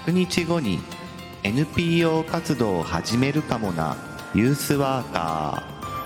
100日後に NPO 活動を始めるかもなユースワーカ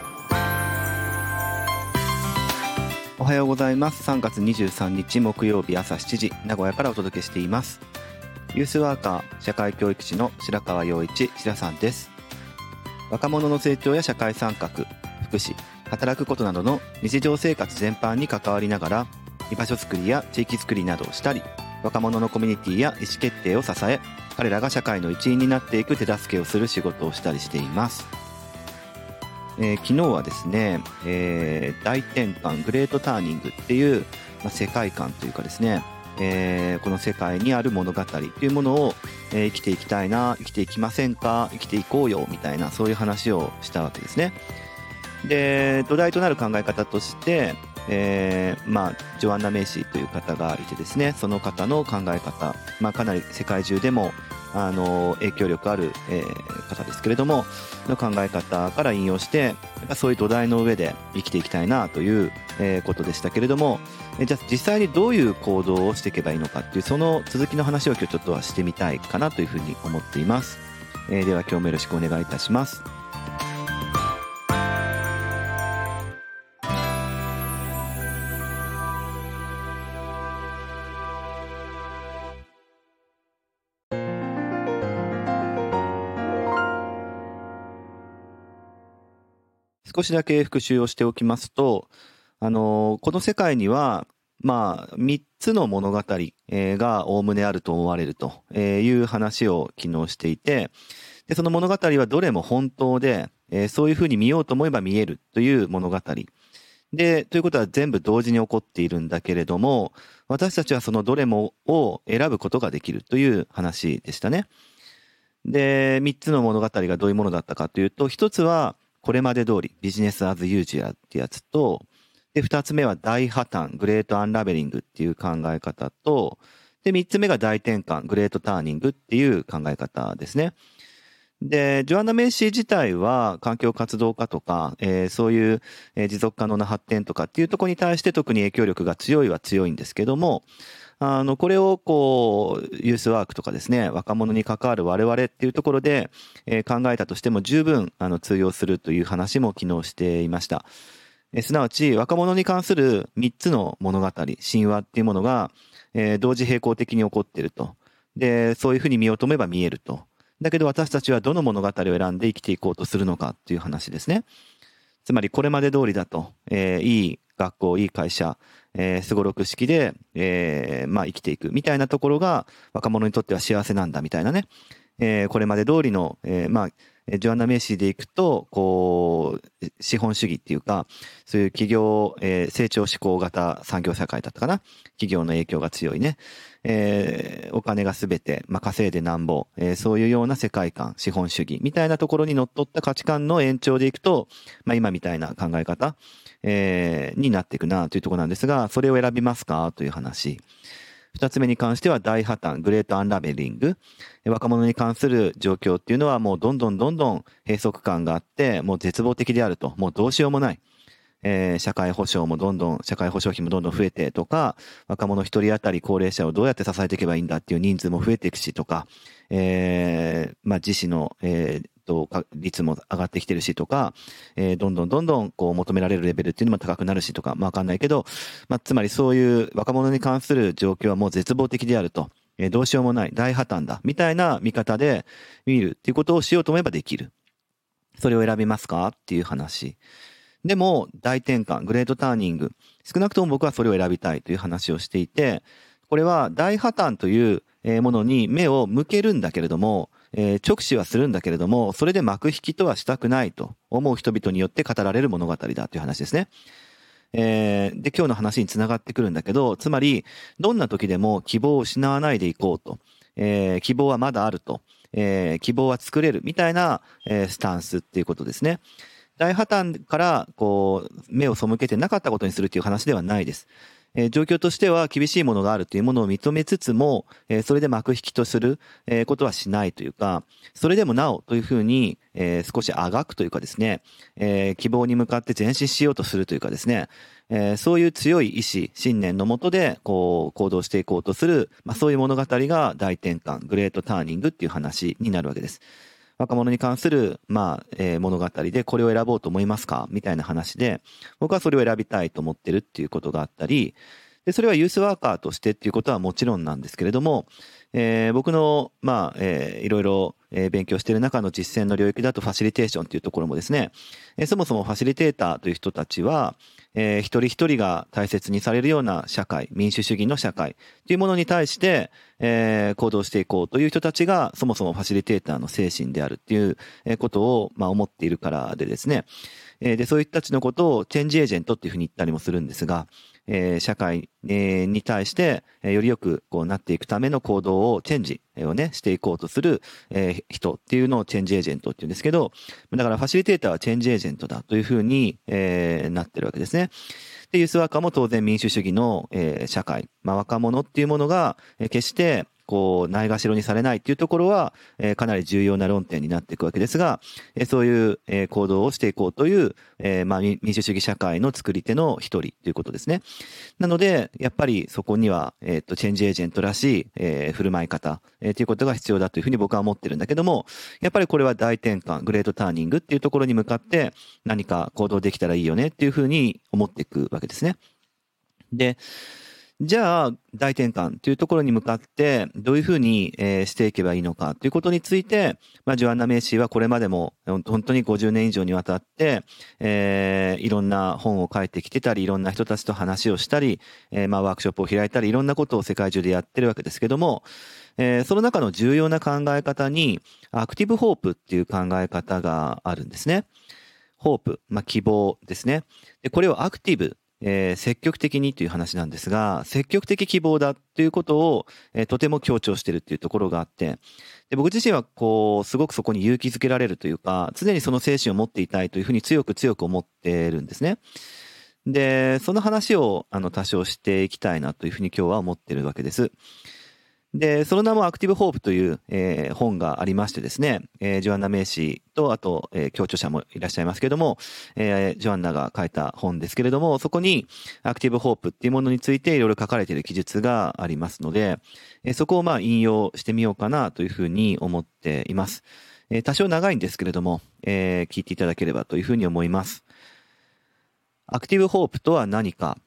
ー。おはようございます。3月23日木曜日朝7時、名古屋からお届けしています。ユースワーカー社会教育士の白川陽一白さんです。若者の成長や社会参画、福祉、働くことなどの日常生活全般に関わりながら、居場所づくりや地域づくりなどをしたり、若者のコミュニティや意思決定を支え、彼らが社会の一員になっていく手助けをする仕事をしたりしています。昨日はですね、大転換グレートターニングっていう、世界観というかですね、この世界にある物語というものを、生きていきたいな、生きていきませんか、生きていこうよみたいな、そういう話をしたわけですね。で、土台となる考え方として、ジョアンナ・メイシーという方がいてですね、その方の考え方、かなり世界中でも影響力ある、方ですけれどもの考え方から引用して、そういう土台の上で生きていきたいなという、ことでしたけれども、じゃあ実際にどういう行動をしていけばいいのかっていう、その続きの話を今日ちょっとはしてみたいかなというふうに思っています。では今日もよろしくお願いいたします。少しだけ復習をしておきますと、この世界には、3つの物語がおおむねあると思われるという話を昨日していて、でその物語はどれも本当で、そういうふうに見ようと思えば見えるという物語で、ということは全部同時に起こっているんだけれども、私たちはそのどれもを選ぶことができるという話でしたね。で、3つの物語がどういうものだったかというと、1つはこれまで通りビジネスアズユージュアルってやつと、で2つ目は大破綻グレートアンラベリングっていう考え方と、で3つ目が大転換グレートターニングっていう考え方ですね。でジョアンナ・メイシー自体は環境活動家とか、そういう、持続可能な発展とかっていうところに対して特に影響力が強いは強いんですけども、これをこうユースワークとかですね、若者に関わる我々っていうところで、考えたとしても十分通用するという話も昨日していました。すなわち若者に関する3つの物語、神話っていうものが、同時並行的に起こっていると。でそういうふうに見ようと思えば見えると。だけど私たちはどの物語を選んで生きていこうとするのかっていう話ですね。つまりこれまで通りだと、いい学校、いい会社、すごろく式で、生きていくみたいなところが若者にとっては幸せなんだみたいなね、これまで通りの、ジョアンナ・メイシーでいくとこう資本主義っていうか、そういう企業、成長志向型産業社会だったかな、企業の影響が強いね、お金がすべて、稼いでなんぼ、そういうような世界観、資本主義みたいなところにのっとった価値観の延長でいくと、今みたいな考え方、になっていくなというところなんですが、それを選びますかという話。二つ目に関しては大破綻グレートアンラベリング、若者に関する状況っていうのはもうどんどん閉塞感があって、もう絶望的であると、もうどうしようもない、社会保障費もどんどん増えてとか、若者一人当たり高齢者をどうやって支えていけばいいんだっていう人数も増えていくしとか、自死の、率も上がってきてるしとか、どんどんこう求められるレベルっていうのも高くなるしとか、わかんないけど、つまりそういう若者に関する状況はもう絶望的であると、どうしようもない大破綻だみたいな見方で見るっていうことをしようと思えばできる。それを選びますかっていう話。でも大転換グレートターニング、少なくとも僕はそれを選びたいという話をしていて、これは大破綻というものに目を向けるんだけれども、直視はするんだけれども、それで幕引きとはしたくないと思う人々によって語られる物語だという話ですね。で今日の話につながってくるんだけど、つまりどんな時でも希望を失わないでいこうと、希望はまだあると、希望は作れるみたいな、スタンスっていうことですね。大破綻からこう目を背けてなかったことにするという話ではないです。 状況としては厳しいものがあるというものを認めつつも、それで幕引きとすることはしないというか、それでもなおというふうに、少しあがくというかですね、希望に向かって前進しようとするというかですね、そういう強い意志、信念のもとで、行動していこうとする、そういう物語が大転換、グレートターニングっていう話になるわけです。若者に関する、物語でこれを選ぼうと思いますかみたいな話で、僕はそれを選びたいと思ってるっていうことがあったり、で、それはユースワーカーとしてっていうことはもちろんなんですけれども、僕の、いろいろ勉強している中の実践の領域だとファシリテーションっていうところもですね、そもそもファシリテーターという人たちは、一人一人が大切にされるような社会、民主主義の社会というものに対して、行動していこうという人たちがそもそもファシリテーターの精神であるっていうことを、思っているからでですね、で、そういう人たちのことをチェンジエージェントっていうふうに言ったりもするんですが、社会に対してよりよくなっていくための行動をチェンジをね、していこうとする人っていうのをチェンジエージェントっていうんですけど、だからファシリテーターはチェンジエージェントだというふうになってるわけですね。で、ユースワーカーも当然民主主義の社会、若者っていうものが決してないがしろにされないっていうところは、かなり重要な論点になっていくわけですが、そういう行動をしていこうという、民主主義社会の作り手の一人ということですね。なので、やっぱりそこには、チェンジエージェントらしい、振る舞い方、ということが必要だというふうに僕は思ってるんだけども、やっぱりこれは大転換、グレートターニングっていうところに向かって何か行動できたらいいよねっていうふうに思っていくわけですね。で、じゃあ、大転換というところに向かって、どういうふうにしていけばいいのかということについて、ジョアンナ・メイシーはこれまでも本当に50年以上にわたって、いろんな本を書いてきてたり、いろんな人たちと話をしたり、ワークショップを開いたり、いろんなことを世界中でやってるわけですけども、その中の重要な考え方に、アクティブホープっていう考え方があるんですね。ホープ、希望ですね。で、これをアクティブ、積極的にという話なんですが、積極的希望だということを、とても強調しているというところがあって、で、僕自身はすごくそこに勇気づけられるというか、常にその精神を持っていたいというふうに強く思っているんですね。で、その話を多少していきたいなというふうに今日は思っているわけです。で、その名もアクティブホープという、本がありましてですね、ジョアンナ・メイシーと、あと、共著者もいらっしゃいますけども、ジョアンナが書いた本ですけれども、そこにアクティブホープっていうものについていろいろ書かれている記述がありますので、そこを引用してみようかなというふうに思っています。多少長いんですけれども、聞いていただければというふうに思います。アクティブホープとは何か。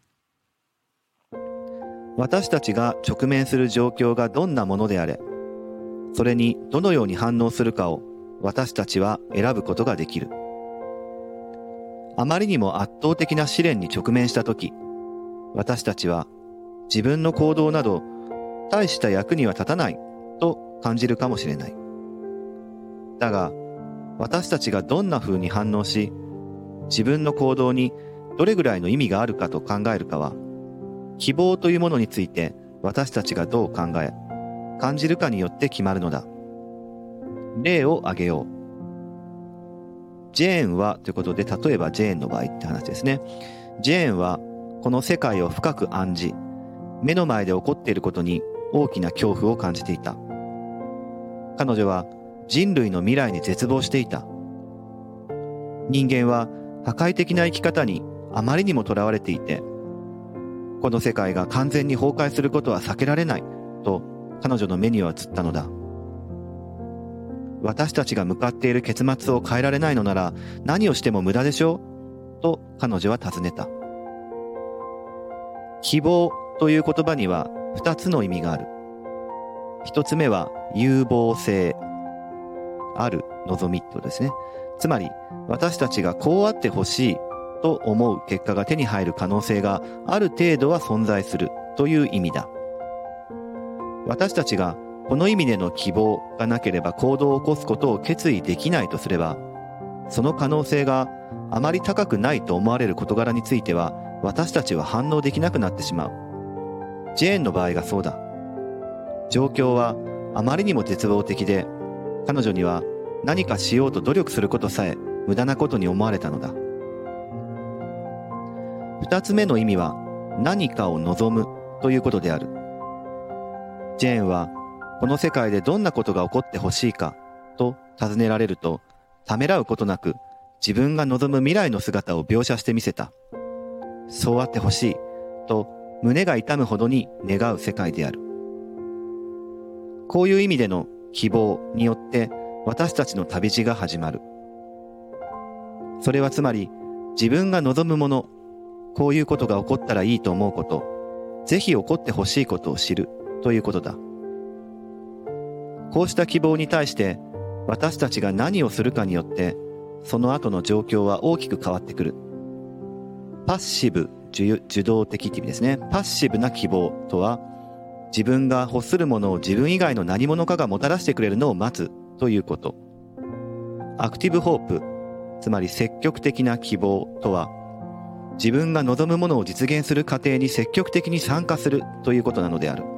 私たちが直面する状況がどんなものであれ、それにどのように反応するかを私たちは選ぶことができる。あまりにも圧倒的な試練に直面したとき、私たちは自分の行動など大した役には立たないと感じるかもしれない。だが、私たちがどんな風に反応し、自分の行動にどれぐらいの意味があるかと考えるかは、希望というものについて私たちがどう考え、感じるかによって決まるのだ。例を挙げよう。ジェーンはということで、例えばジェーンの場合って話ですね。ジェーンはこの世界を深く案じ、目の前で起こっていることに大きな恐怖を感じていた。彼女は人類の未来に絶望していた。人間は破壊的な生き方にあまりにもとらわれていて、この世界が完全に崩壊することは避けられないと彼女の目には映ったのだ。私たちが向かっている結末を変えられないのなら何をしても無駄でしょうと彼女は尋ねた。希望という言葉には2つの意味がある。1つ目は有望性。ある望みってことですね。つまり私たちがこうあってほしいと思う結果が手に入る可能性がある程度は存在するという意味だ。私たちがこの意味での希望がなければ行動を起こすことを決意できないとすれば、その可能性があまり高くないと思われる事柄については私たちは反応できなくなってしまう。ジェーンの場合がそうだ。状況はあまりにも絶望的で、彼女には何かしようと努力することさえ無駄なことに思われたのだ。二つ目の意味は何かを望むということである。ジェーンはこの世界でどんなことが起こってほしいかと尋ねられると、ためらうことなく自分が望む未来の姿を描写してみせた。そうあってほしいと胸が痛むほどに願う世界である。こういう意味での希望によって私たちの旅路が始まる。それはつまり自分が望むもの、こういうことが起こったらいいと思うこと、ぜひ起こってほしいことを知るということだ。こうした希望に対して私たちが何をするかによってその後の状況は大きく変わってくる。パッシブ受動的って意味ですね。パッシブな希望とは、自分が欲するものを自分以外の何者かがもたらしてくれるのを待つということ。アクティブホープ、つまり積極的な希望とは、自分が望むものを実現する過程に積極的に参加するということなのである。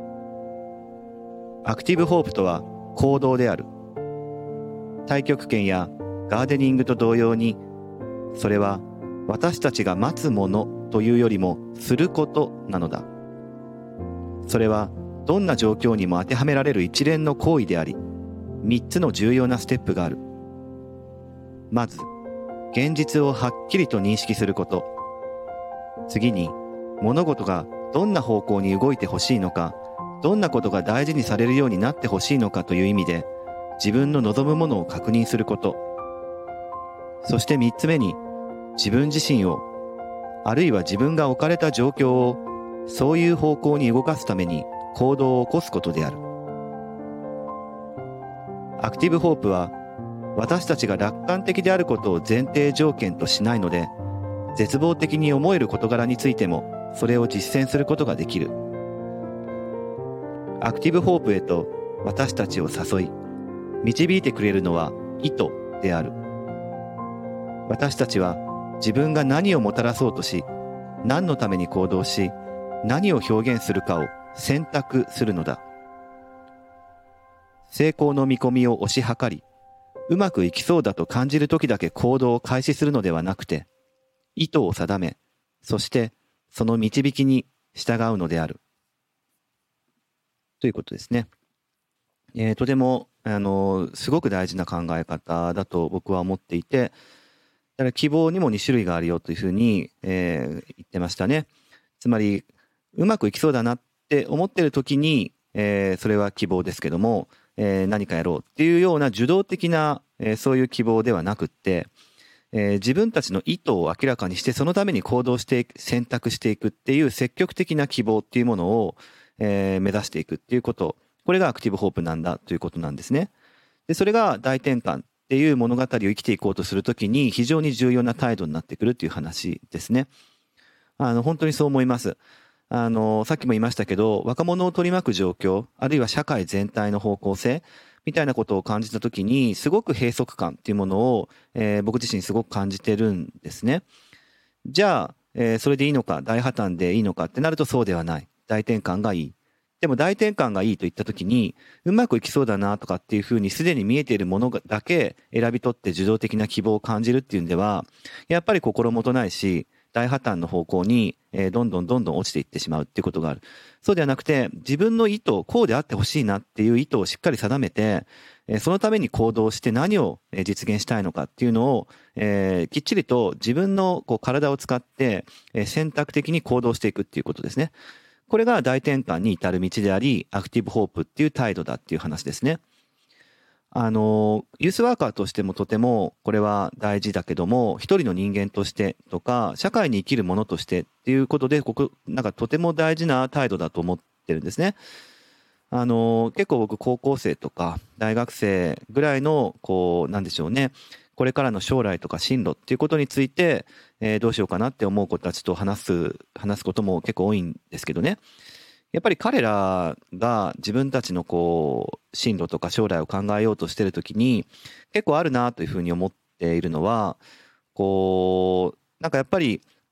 アクティブホープとは行動である。太極拳やガーデニングと同様に、それは私たちが待つものというよりもすることなのだ。それはどんな状況にも当てはめられる一連の行為であり、3つの重要なステップがある。まず、現実をはっきりと認識すること。次に、物事がどんな方向に動いてほしいのか、どんなことが大事にされるようになってほしいのかという意味で、自分の望むものを確認すること。そして3つ目に、自分自身を、あるいは自分が置かれた状況を、そういう方向に動かすために行動を起こすことである。アクティブホープは、私たちが楽観的であることを前提条件としないので、絶望的に思える事柄についても、それを実践することができる。アクティブホープへと私たちを誘い、導いてくれるのは意図である。私たちは自分が何をもたらそうとし、何のために行動し、何を表現するかを選択するのだ。成功の見込みを推し量り、うまくいきそうだと感じるときだけ行動を開始するのではなくて、意図を定め、そしてその導きに従うのである。ということですね。とてもすごく大事な考え方だと僕は思っていて、だから希望にも2種類があるよというふうに、言ってましたね。つまりうまくいきそうだなって思っている時に、それは希望ですけども、何かやろうっていうような受動的な、そういう希望ではなくって、自分たちの意図を明らかにしてそのために行動して選択していくっていう積極的な希望っていうものを、目指していくっていうこと、これがアクティブホープなんだということなんですね。でそれが大転換っていう物語を生きていこうとするときに非常に重要な態度になってくるっていう話ですね。本当にそう思います。さっきも言いましたけど、若者を取り巻く状況、あるいは社会全体の方向性みたいなことを感じたときに、すごく閉塞感っていうものを、僕自身すごく感じてるんですね。じゃあ、それでいいのか、大破綻でいいのかってなるとそうではない。大転換がいい。でも大転換がいいと言ったときに、うまくいきそうだなとかっていうふうにすでに見えているものだけ選び取って受動的な希望を感じるっていうんでは、やっぱり心もとないし、大破綻の方向にどんどん落ちていってしまうっていうことがある。そうではなくて、自分の意図、こうであってほしいなっていう意図をしっかり定めて、そのために行動して何を実現したいのかっていうのを、きっちりと自分の体を使って選択的に行動していくっていうことですね。これが大転換に至る道であり、アクティブホープっていう態度だっていう話ですね。ユースワーカーとしてもとてもこれは大事だけども、一人の人間としてとか、社会に生きる者としてっていうことで、なんかとても大事な態度だと思ってるんですね。結構僕高校生とか大学生ぐらいの、なんでしょうね。これからの将来とか進路っていうことについて、どうしようかなって思う子たちと話すことも結構多いんですけどね。やっぱり彼らが自分たちの進路とか将来を考えようとしてるときに結構あるなというふうに思っているのは、なんかやっぱり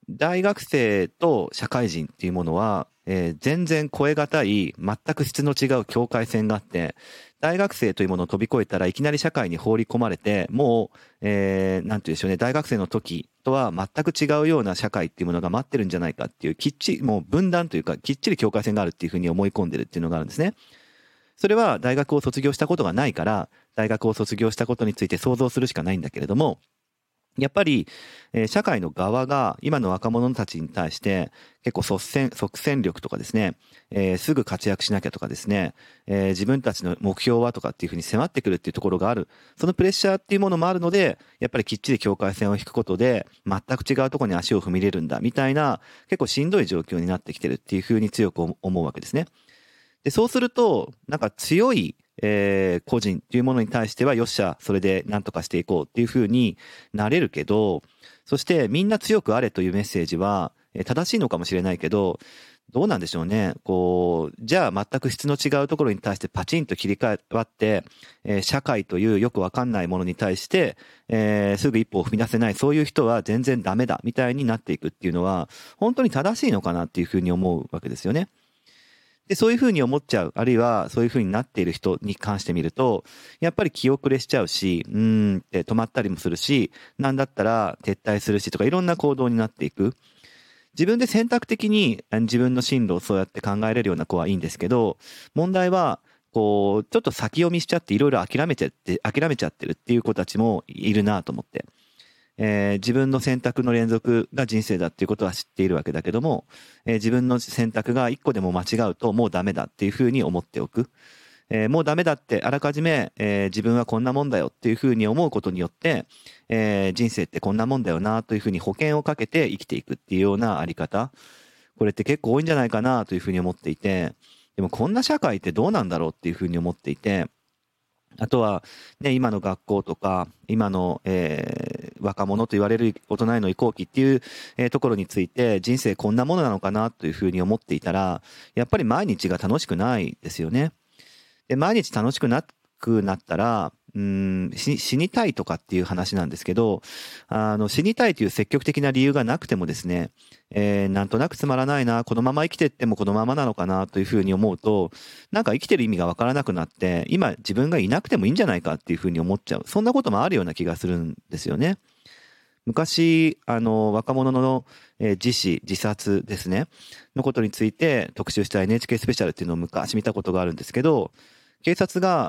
大学生と社会人っていうものは、全然越え難い、全く質の違う境界線があって、大学生というものを飛び越えたらいきなり社会に放り込まれて、もう、なんて言うんでしょうね、大学生の時とは全く違うような社会っていうものが待ってるんじゃないかっていう、きっちり、もう分断というか、きっちり境界線があるっていうふうに思い込んでるっていうのがあるんですね。それは大学を卒業したことがないから、大学を卒業したことについて想像するしかないんだけれども、やっぱり、社会の側が今の若者たちに対して結構即戦力とかですね、すぐ活躍しなきゃとかですね、自分たちの目標はとかっていうふうに迫ってくるっていうところがある。そのプレッシャーっていうものもあるので、やっぱりきっちり境界線を引くことで全く違うところに足を踏み入れるんだみたいな結構しんどい状況になってきてるっていうふうに強く思うわけですね。で、そうすると、なんか強い、個人っていうものに対しては、よっしゃ、それで何とかしていこうっていうふうになれるけど、そしてみんな強くあれというメッセージは、正しいのかもしれないけど、どうなんでしょうね。こう、じゃあ全く質の違うところに対してパチンと切り替わって、社会というよくわかんないものに対して、すぐ一歩を踏み出せない、そういう人は全然ダメだ、みたいになっていくっていうのは、本当に正しいのかなっていうふうに思うわけですよね。で、そういうふうに思っちゃう、あるいはそういうふうになっている人に関してみると、やっぱり気遅れしちゃうし、って止まったりもするし、なんだったら撤退するしとかいろんな行動になっていく。自分で選択的に自分の進路をそうやって考えれるような子はいいんですけど、問題は、こう、ちょっと先読みしちゃっていろいろ諦めちゃってるっていう子たちもいるなと思って。自分の選択の連続が人生だっていうことは知っているわけだけども、自分の選択が一個でも間違うともうダメだっていうふうに思っておく。もうダメだってあらかじめ、自分はこんなもんだよっていうふうに思うことによって、人生ってこんなもんだよなというふうに保険をかけて生きていくっていうようなあり方。これって結構多いんじゃないかなというふうに思っていて、でもこんな社会ってどうなんだろうっていうふうに思っていて、あとは、ね、今の学校とか、今の、若者と言われる大人への移行期っていう、ところについて、人生こんなものなのかなというふうに思っていたら、やっぱり毎日が楽しくないですよね。で、毎日楽しくなくなったら、死にたいとかっていう話なんですけど、死にたいという積極的な理由がなくてもですね、なんとなくつまらないな、このまま生きてってもこのままなのかなというふうに思うと、なんか生きてる意味がわからなくなって、今自分がいなくてもいいんじゃないかっていうふうに思っちゃう。そんなこともあるような気がするんですよね。昔、若者の、自殺ですね、のことについて特集した NHK スペシャルっていうのを昔見たことがあるんですけど、警察が、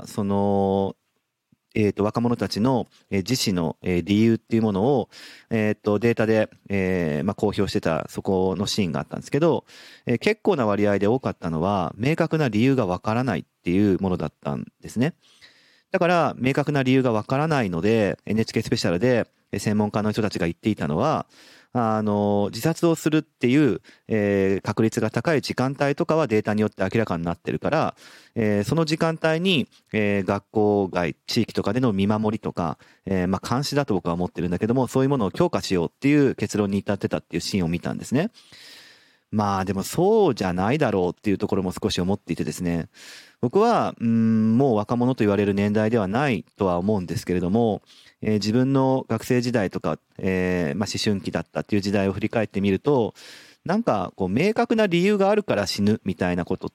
若者たちの、自死の、理由っていうものを、データで、公表してた、そこのシーンがあったんですけど、結構な割合で多かったのは、明確な理由がわからないっていうものだったんですね。だから、明確な理由がわからないので、NHK スペシャルで専門家の人たちが言っていたのは、自殺をするっていう、確率が高い時間帯とかはデータによって明らかになってるから、その時間帯に、学校外、地域とかでの見守りとか、監視だと僕は思ってるんだけども、そういうものを強化しようっていう結論に至ってたっていうシーンを見たんですね。まあでもそうじゃないだろうっていうところも少し思っていてですね。僕は、もう若者と言われる年代ではないとは思うんですけれども、自分の学生時代とか、思春期だったっていう時代を振り返ってみると、なんかこう明確な理由があるから死ぬみたいなことって、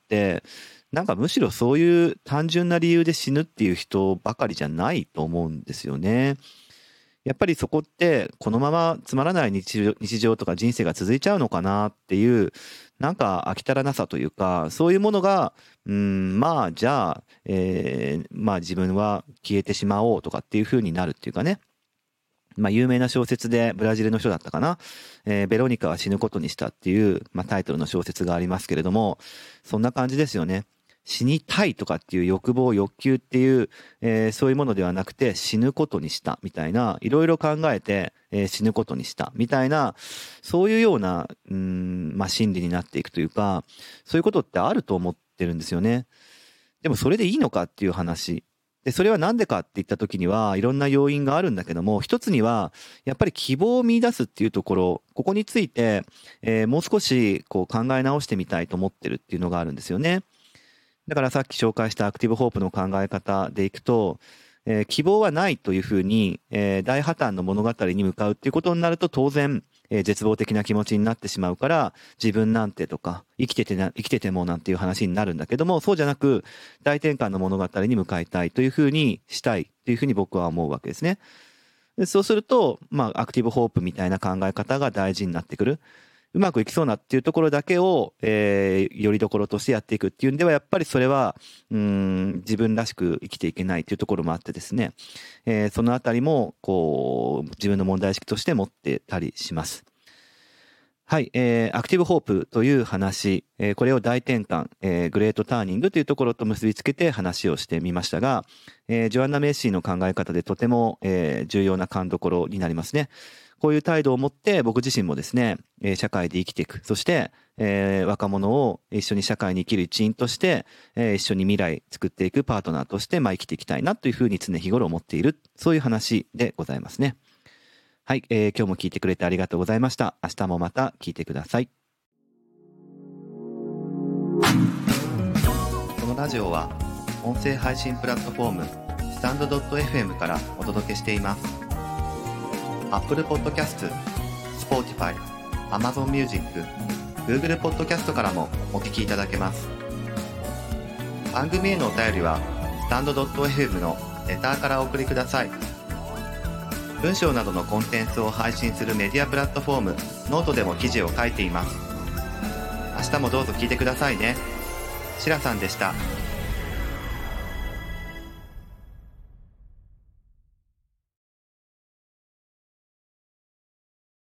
なんかむしろそういう単純な理由で死ぬっていう人ばかりじゃないと思うんですよね。やっぱりそこってこのままつまらない日常とか人生が続いちゃうのかなっていう、なんか飽き足らなさというか、そういうものが、まあじゃあ、まあ自分は消えてしまおうとかっていう風になるっていうかね。まあ有名な小説でブラジルの人だったかな。ベロニカは死ぬことにしたっていう、タイトルの小説がありますけれども、そんな感じですよね。死にたいとかっていう欲望、欲求っていう、そういうものではなくて死ぬことにしたみたいな、いろいろ考えて、死ぬことにしたみたいな、そういうような、心理になっていくというか、そういうことってあると思ってるんですよね。でもそれでいいのかっていう話。で、それはなんでかって言った時には、いろんな要因があるんだけども、一つには、やっぱり希望を見出すっていうところ、ここについて、もう少しこう考え直してみたいと思ってるっていうのがあるんですよね。だからさっき紹介したアクティブホープの考え方でいくと、 希望はないというふうに、大破綻の物語に向かうっていうことになると当然、絶望的な気持ちになってしまうから、自分なんてとか生きててもなんていう話になるんだけども、そうじゃなく大転換の物語に向かいたいというふうにしたいというふうに僕は思うわけですね。でそうすると、アクティブホープみたいな考え方が大事になってくる。うまくいきそうなっていうところだけを、よりどころとしてやっていくっていうんでは、やっぱりそれは、自分らしく生きていけないっていうところもあってですね、そのあたりも、自分の問題意識として持ってたりします。はい、アクティブホープという話、これを大転換、グレートターニングというところと結びつけて話をしてみましたが、ジョアンナ・メイシーの考え方でとても、重要な勘どころになりますね。こういう態度を持って僕自身もですね、社会で生きていく。そして、若者を一緒に社会に生きる一員として、一緒に未来作っていくパートナーとして、生きていきたいなというふうに常日頃思っている。そういう話でございますね。はい、今日も聞いてくれてありがとうございました。明日もまた聞いてください。このラジオは音声配信プラットフォームスタンド .fm からお届けしています。Apple Podcast、Spotify、Amazon Music、Google Podcast からもお聞きいただけます。番組へのお便りはスタンド .fm のレターからお送りください。文章などのコンテンツを配信するメディアプラットフォームノートでも記事を書いています。明日もどうぞ聞いてくださいね。しらさんでした。